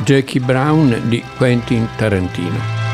Jackie Brown di Quentin Tarantino.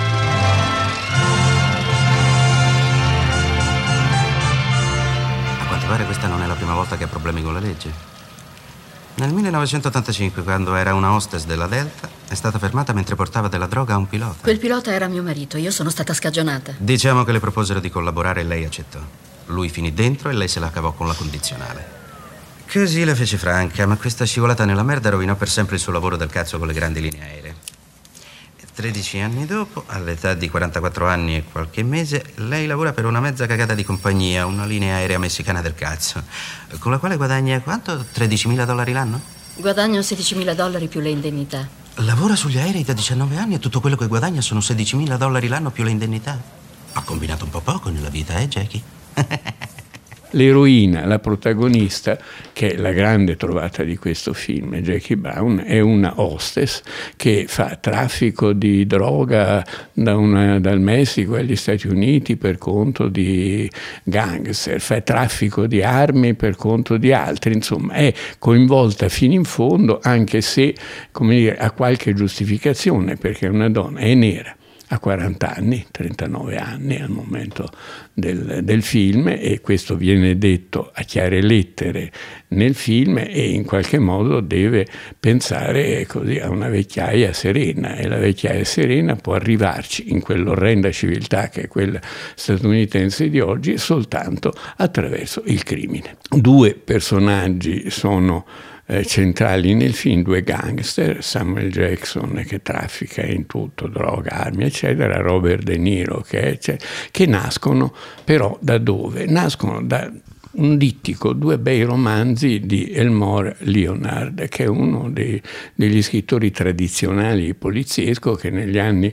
A quanto pare questa non è la prima volta che ha problemi con la legge. Nel 1985, quando era una hostess della Delta, è stata fermata mentre portava della droga a un pilota. Quel pilota era mio marito, io sono stata scagionata. Diciamo che le proposero di collaborare e lei accettò. Lui finì dentro e lei se la cavò con la condizionale. Così la fece franca, ma questa scivolata nella merda rovinò per sempre il suo lavoro del cazzo con le grandi linee aeree. 13 anni dopo, all'età di 44 anni e qualche mese, lei lavora per una mezza cagata di compagnia, una linea aerea messicana del cazzo, con la quale guadagna quanto? $13.000 l'anno? Guadagno $16.000 più le indennità. Lavora sugli aerei da 19 anni e tutto quello che guadagna sono $16.000 l'anno più le indennità. Ha combinato un po' poco nella vita, Jackie? L'eroina, la protagonista, che è la grande trovata di questo film, Jackie Brown, è una hostess che fa traffico di droga dal Messico agli Stati Uniti per conto di gangster, fa traffico di armi per conto di altri, insomma è coinvolta fino in fondo, anche se, come dire, ha qualche giustificazione, perché è una donna, è nera. Ha 40 anni, 39 anni al momento del film, e questo viene detto a chiare lettere nel film, e in qualche modo deve pensare così a una vecchiaia serena, e la vecchiaia serena può arrivarci in quell'orrenda civiltà che è quella statunitense di oggi soltanto attraverso il crimine. Due personaggi sono centrali nel film, due gangster, Samuel Jackson che traffica in tutto, droga, armi eccetera, Robert De Niro che nascono però da dove? Nascono da un dittico, due bei romanzi di Elmore Leonard, che è uno degli scrittori tradizionali poliziesco che negli anni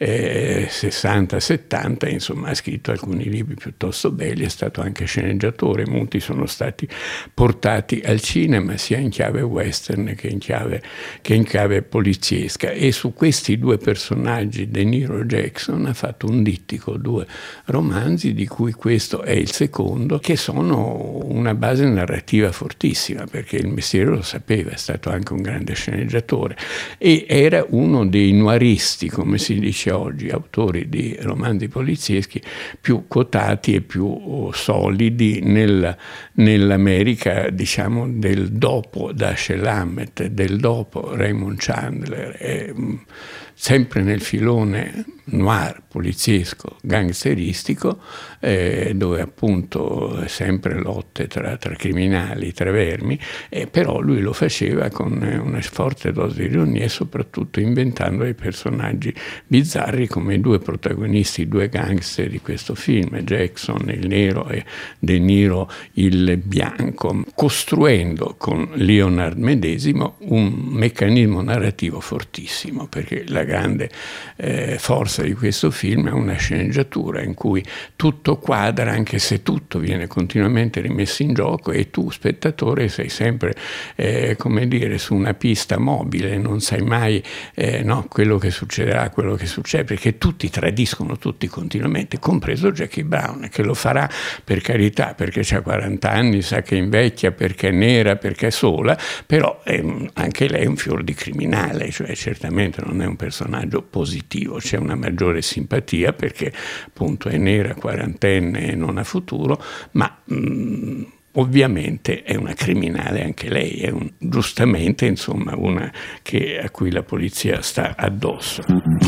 60-70 insomma ha scritto alcuni libri piuttosto belli, è stato anche sceneggiatore, molti sono stati portati al cinema sia in chiave western che in chiave poliziesca, e su questi due personaggi De Niro e Jackson ha fatto un dittico, due romanzi di cui questo è il secondo, che sono una base narrativa fortissima, perché il mestiere lo sapeva, è stato anche un grande sceneggiatore e era uno dei noiristi, come si dice oggi, autori di romanzi polizieschi più quotati e più solidi nell'America, diciamo, del dopo Dashiell Hammett, del dopo Raymond Chandler, sempre nel filone noir, poliziesco, gangsteristico, dove appunto sempre lotte tra criminali, tra vermi, però lui lo faceva con una forte dose di ironia e soprattutto inventando dei personaggi bizzarri come i due protagonisti, i due gangster di questo film, Jackson il nero e De Niro il bianco, costruendo con Leonard medesimo un meccanismo narrativo fortissimo, perché la grande forza di questo film è una sceneggiatura in cui tutto quadra, anche se tutto viene continuamente rimesso in gioco e tu spettatore sei sempre come dire su una pista mobile, non sai mai quello che succederà, quello che succede, perché tutti tradiscono tutti continuamente, compreso Jackie Brown, che lo farà per carità perché ha 40 anni, sa che invecchia, perché è nera, perché è sola, però anche lei è un fior di criminale, cioè certamente non è un personaggio positivo, c'è una maggiore simpatia perché appunto è nera, quarantenne e non ha futuro, ma ovviamente è una criminale anche lei, è giustamente insomma una a cui la polizia sta addosso.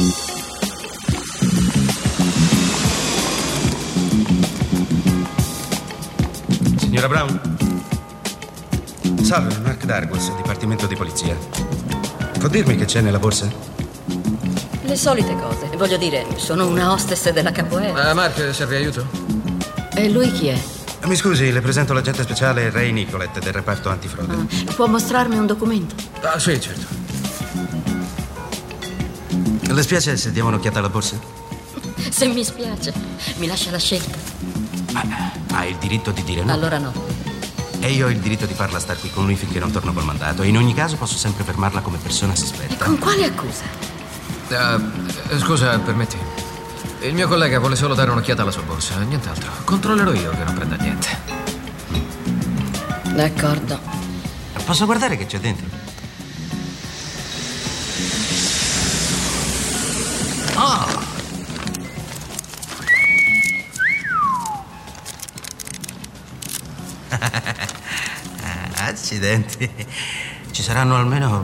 Signora Brown? Salve, Mark Dargos, Dipartimento di Polizia. Può dirmi che c'è nella borsa? Le solite cose. Voglio dire, sono una hostess della Capoeira. Mark, serve aiuto? E lui chi è? Mi scusi, le presento l'agente speciale Ray Nicolette del reparto antifrode. Può mostrarmi un documento? Sì, certo. Le spiace se diamo un'occhiata alla borsa? Se mi spiace, mi lascia la scelta. Ha il diritto di dire no. Allora no. E io ho il diritto di farla star qui con lui finché non torno col mandato. E in ogni caso posso sempre fermarla come persona sospetta. E con quale accusa? Scusa, permetti. Il mio collega vuole solo dare un'occhiata alla sua borsa, nient'altro. Controllerò io che non prenda niente. D'accordo. Posso guardare che c'è dentro? Accidenti. Ci saranno almeno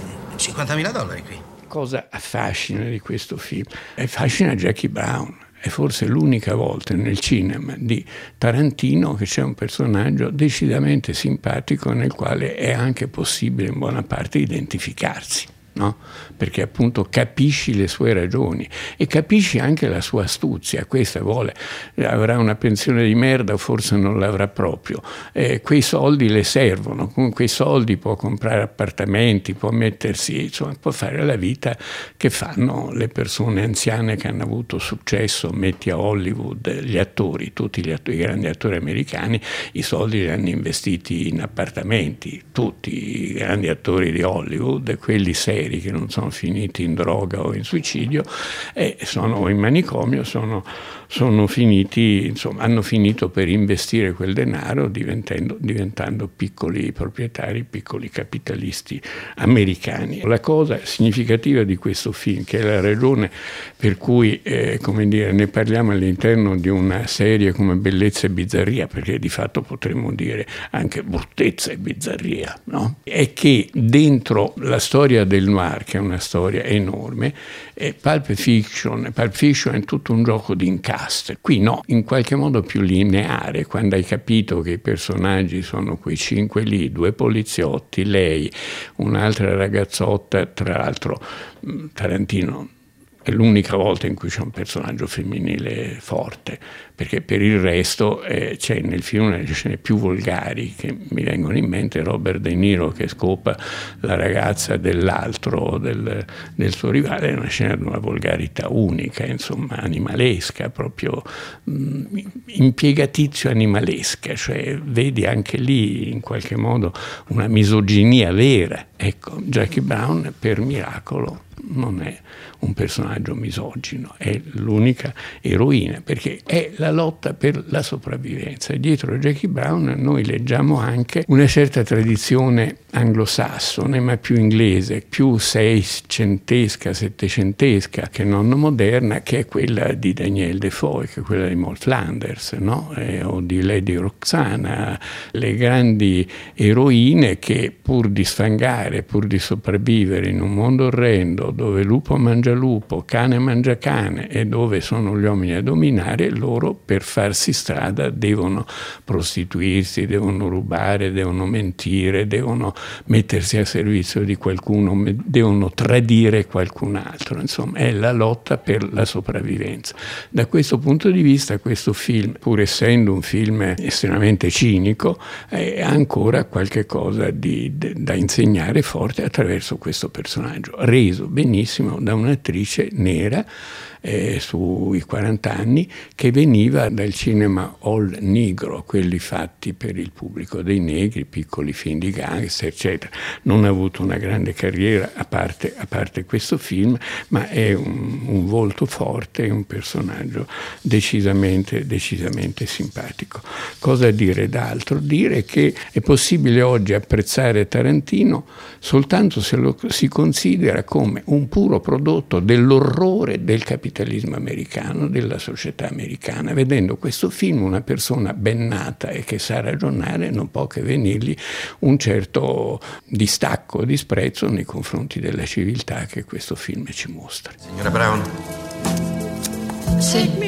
$50.000 qui. Cosa affascina di questo film? Affascina Jackie Brown. È forse l'unica volta nel cinema di Tarantino che c'è un personaggio decisamente simpatico nel quale è anche possibile in buona parte identificarsi. No? Perché appunto capisci le sue ragioni e capisci anche la sua astuzia. Questa avrà una pensione di merda o forse non l'avrà proprio, quei soldi le servono, con quei soldi può comprare appartamenti, può mettersi, insomma, può fare la vita che fanno le persone anziane che hanno avuto successo. Metti a Hollywood gli attori, tutti i grandi attori americani, i soldi li hanno investiti in appartamenti, tutti i grandi attori di Hollywood, quelli seri che non sono finiti in droga o in suicidio sono in manicomio, sono finiti, insomma, hanno finito per investire quel denaro diventando piccoli proprietari, piccoli capitalisti americani. La cosa significativa di questo film, che è la ragione per cui ne parliamo all'interno di una serie come Bellezza e Bizzarria, perché di fatto potremmo dire anche bruttezza e bizzarria, no? È che dentro la storia del noir, che è una storia enorme, Pulp Fiction è tutto un gioco di incastre. Qui no, in qualche modo più lineare, quando hai capito che i personaggi sono quei 5 lì, 2 poliziotti, lei, un'altra ragazzotta, tra l'altro Tarantino è l'unica volta in cui c'è un personaggio femminile forte, perché per il resto c'è nel film una delle scene più volgari che mi vengono in mente: Robert De Niro che scopa la ragazza dell'altro, del suo rivale. È una scena di una volgarità unica, insomma animalesca, proprio impiegatizio animalesca, cioè vedi anche lì in qualche modo una misoginia vera. Ecco, Jackie Brown per miracolo non è un personaggio misogino, è l'unica eroina, perché è la lotta per la sopravvivenza. E dietro Jackie Brown noi leggiamo anche una certa tradizione anglosassone, ma più inglese, più seicentesca, settecentesca che non moderna, che è quella di Daniel Defoe, che è quella di Maud Flanders, no? O di Lady Roxana, le grandi eroine che pur di sfangare, pur di sopravvivere in un mondo orrendo dove lupo mangia lupo, cane mangia cane e dove sono gli uomini a dominare, loro per farsi strada devono prostituirsi, devono rubare, devono mentire, devono mettersi a servizio di qualcuno, devono tradire qualcun altro. Insomma, è la lotta per la sopravvivenza. Da questo punto di vista questo film, pur essendo un film estremamente cinico, ha ancora qualche cosa da insegnare forte attraverso questo personaggio, reso benissimo da un'attrice nera sui 40 anni, che veniva dal cinema all negro, quelli fatti per il pubblico dei negri, piccoli film di gangster, eccetera. Non ha avuto una grande carriera a parte questo film, ma è un volto forte e un personaggio decisamente simpatico. Cosa dire d'altro? Dire che è possibile oggi apprezzare Tarantino soltanto se lo si considera come un puro prodotto dell'orrore del capitalismo americano, della società americana. Vedendo questo film, una persona ben nata e che sa ragionare non può che venirgli un certo distacco, disprezzo nei confronti della civiltà che questo film ci mostra. Signora Brown? Sì.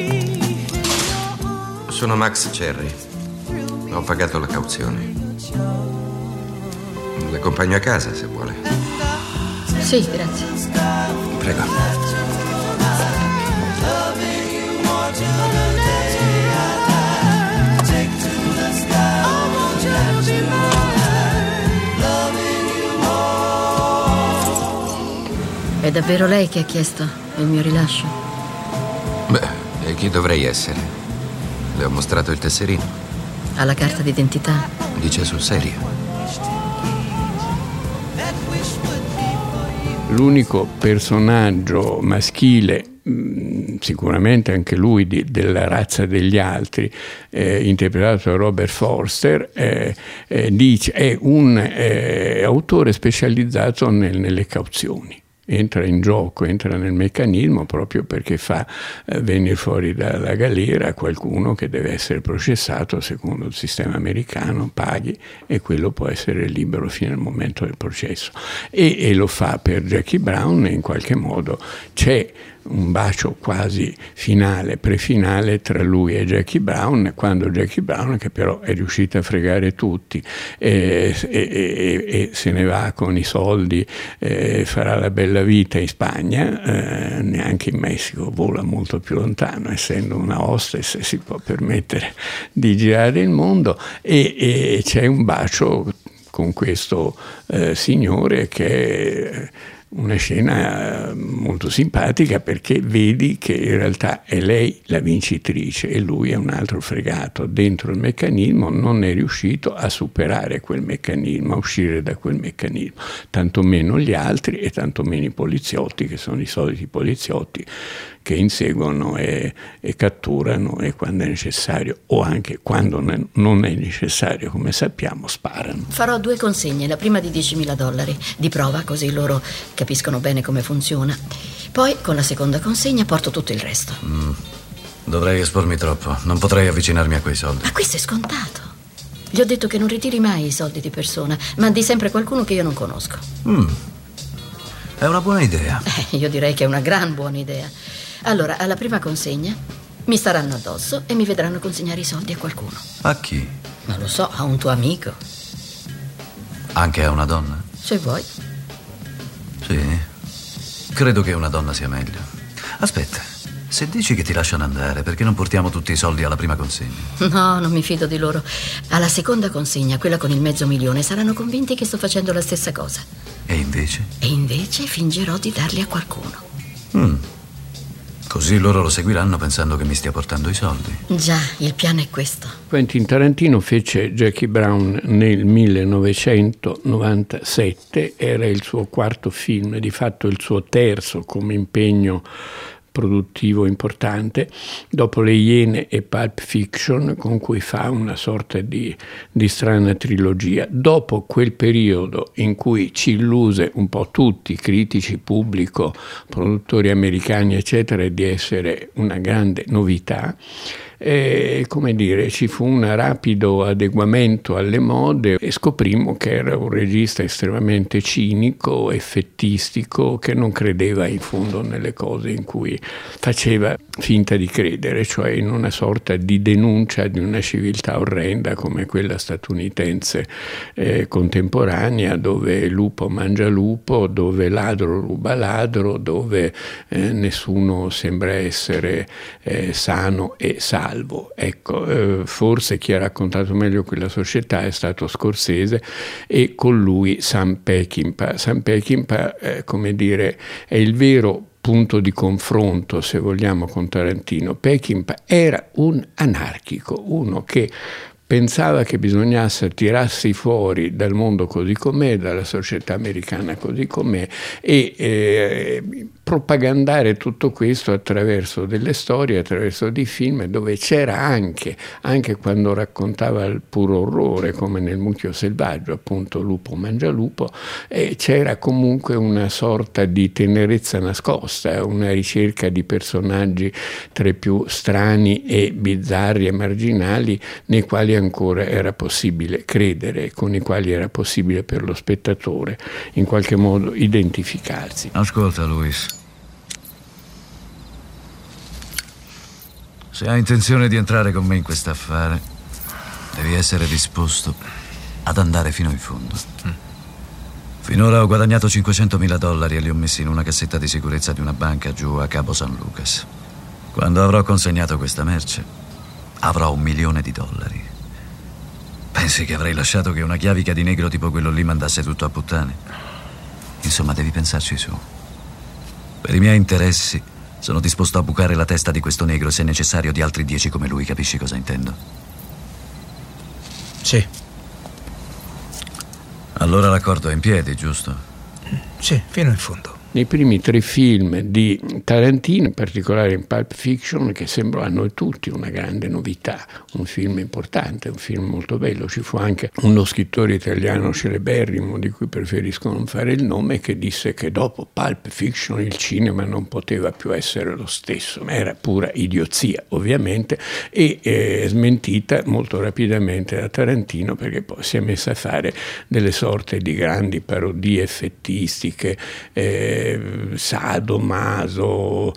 Sono Max Cherry. Ho pagato la cauzione. L'accompagno a casa se vuole. Sì, grazie. Prego. È davvero lei che ha chiesto il mio rilascio? Beh, e chi dovrei essere? Le ho mostrato il tesserino. Ha la carta d'identità? Dice sul serio. L'unico personaggio maschile, sicuramente anche lui della razza degli altri, interpretato da Robert Forster, è un autore specializzato nelle cauzioni. entra in gioco, entra nel meccanismo proprio perché fa venire fuori dalla galera qualcuno che deve essere processato secondo il sistema americano, paghi, e quello può essere libero fino al momento del processo. E lo fa per Jackie Brown, e in qualche modo c'è un bacio quasi finale, prefinale tra lui e Jackie Brown, quando Jackie Brown, che però è riuscita a fregare tutti e se ne va con i soldi, farà la bella vita in Spagna, neanche in Messico, vola molto più lontano, essendo una hostess si può permettere di girare il mondo, e c'è un bacio con questo signore che è una scena molto simpatica, perché vedi che in realtà è lei la vincitrice e lui è un altro fregato dentro il meccanismo, non è riuscito a superare quel meccanismo, a uscire da quel meccanismo, tantomeno gli altri e tantomeno i poliziotti, che sono i soliti poliziotti che inseguono e catturano, e quando è necessario, o anche quando non è necessario, come sappiamo, sparano. Farò 2 consegne, la prima di $10.000 di prova, così loro capiscono bene come funziona. Poi con la seconda consegna porto tutto il resto. Dovrei espormi troppo, non potrei avvicinarmi a quei soldi. Ma questo è scontato. Gli ho detto che non ritiri mai i soldi di persona, mandi sempre qualcuno che io non conosco. È una buona idea. Io direi che è una gran buona idea. Allora, alla prima consegna mi staranno addosso e mi vedranno consegnare i soldi a qualcuno. A chi? Non lo so, a un tuo amico. Anche a una donna? Se vuoi. Sì, credo che una donna sia meglio. Aspetta, se dici che ti lasciano andare, perché non portiamo tutti i soldi alla prima consegna? No, non mi fido di loro. Alla seconda consegna, quella con il $500,000, saranno convinti che sto facendo la stessa cosa. E invece? E invece fingerò di darli a qualcuno. Così loro lo seguiranno pensando che mi stia portando i soldi. Già, il piano è questo. Quentin Tarantino fece Jackie Brown nel 1997, era il suo 4º film, di fatto il suo terzo come impegno produttivo importante, dopo Le Iene e Pulp Fiction, con cui fa una sorta di strana trilogia. Dopo quel periodo in cui ci illuse un po' tutti, critici, pubblico, produttori americani eccetera, di essere una grande novità, come dire, ci fu un rapido adeguamento alle mode e scoprimmo che era un regista estremamente cinico, effettistico, che non credeva in fondo nelle cose in cui faceva finta di credere, cioè in una sorta di denuncia di una civiltà orrenda come quella statunitense contemporanea, dove lupo mangia lupo, dove ladro ruba ladro, dove nessuno sembra essere sano e salvo. Ecco, forse chi ha raccontato meglio quella società è stato Scorsese, e con lui Sam Peckinpah. Sam Peckinpah, come dire, è il vero punto di confronto, se vogliamo, con Tarantino. Peckinpah era un anarchico, uno che pensava che bisognasse tirarsi fuori dal mondo così com'è, dalla società americana così com'è, e propagandare tutto questo attraverso delle storie, attraverso dei film dove c'era anche quando raccontava il puro orrore, come nel Mucchio selvaggio, appunto lupo mangia lupo, c'era comunque una sorta di tenerezza nascosta, una ricerca di personaggi tra i più strani e bizzarri e marginali, nei quali ancora era possibile credere, con i quali era possibile per lo spettatore in qualche modo identificarsi. Ascolta, Luis. Se hai intenzione di entrare con me in quest'affare, devi essere disposto ad andare fino in fondo. Finora ho guadagnato $500.000 e li ho messi in una cassetta di sicurezza di una banca giù a Cabo San Lucas. Quando avrò consegnato questa merce, avrò $1 milione. Pensi che avrei lasciato che una chiavica di negro tipo quello lì mandasse tutto a puttane? Insomma, devi pensarci su. Per i miei interessi sono disposto a bucare la testa di questo negro, se necessario di altri 10 come lui, capisci cosa intendo? Sì. Allora l'accordo è in piedi, giusto? Sì, fino in fondo. nei primi 3 film di Tarantino, in particolare in Pulp Fiction, che sembrò a noi tutti una grande novità, un film importante, un film molto bello. Ci fu anche uno scrittore italiano celeberrimo, di cui preferisco non fare il nome, che disse che dopo Pulp Fiction il cinema non poteva più essere lo stesso, ma era pura idiozia, ovviamente, e smentita molto rapidamente da Tarantino, perché poi si è messa a fare delle sorte di grandi parodie effettistiche, sadomaso,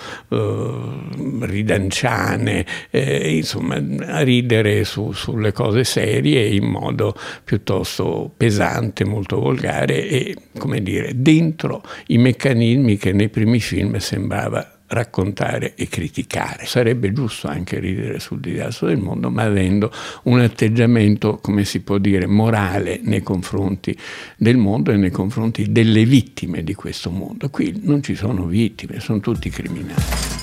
ridanciane, insomma, a ridere sulle cose serie in modo piuttosto pesante, molto volgare e, come dire, dentro i meccanismi che nei primi film sembrava raccontare e criticare. Sarebbe giusto anche ridere sul disastro del mondo, ma avendo un atteggiamento, come si può dire, morale nei confronti del mondo e nei confronti delle vittime di questo mondo. Qui non ci sono vittime, sono tutti criminali.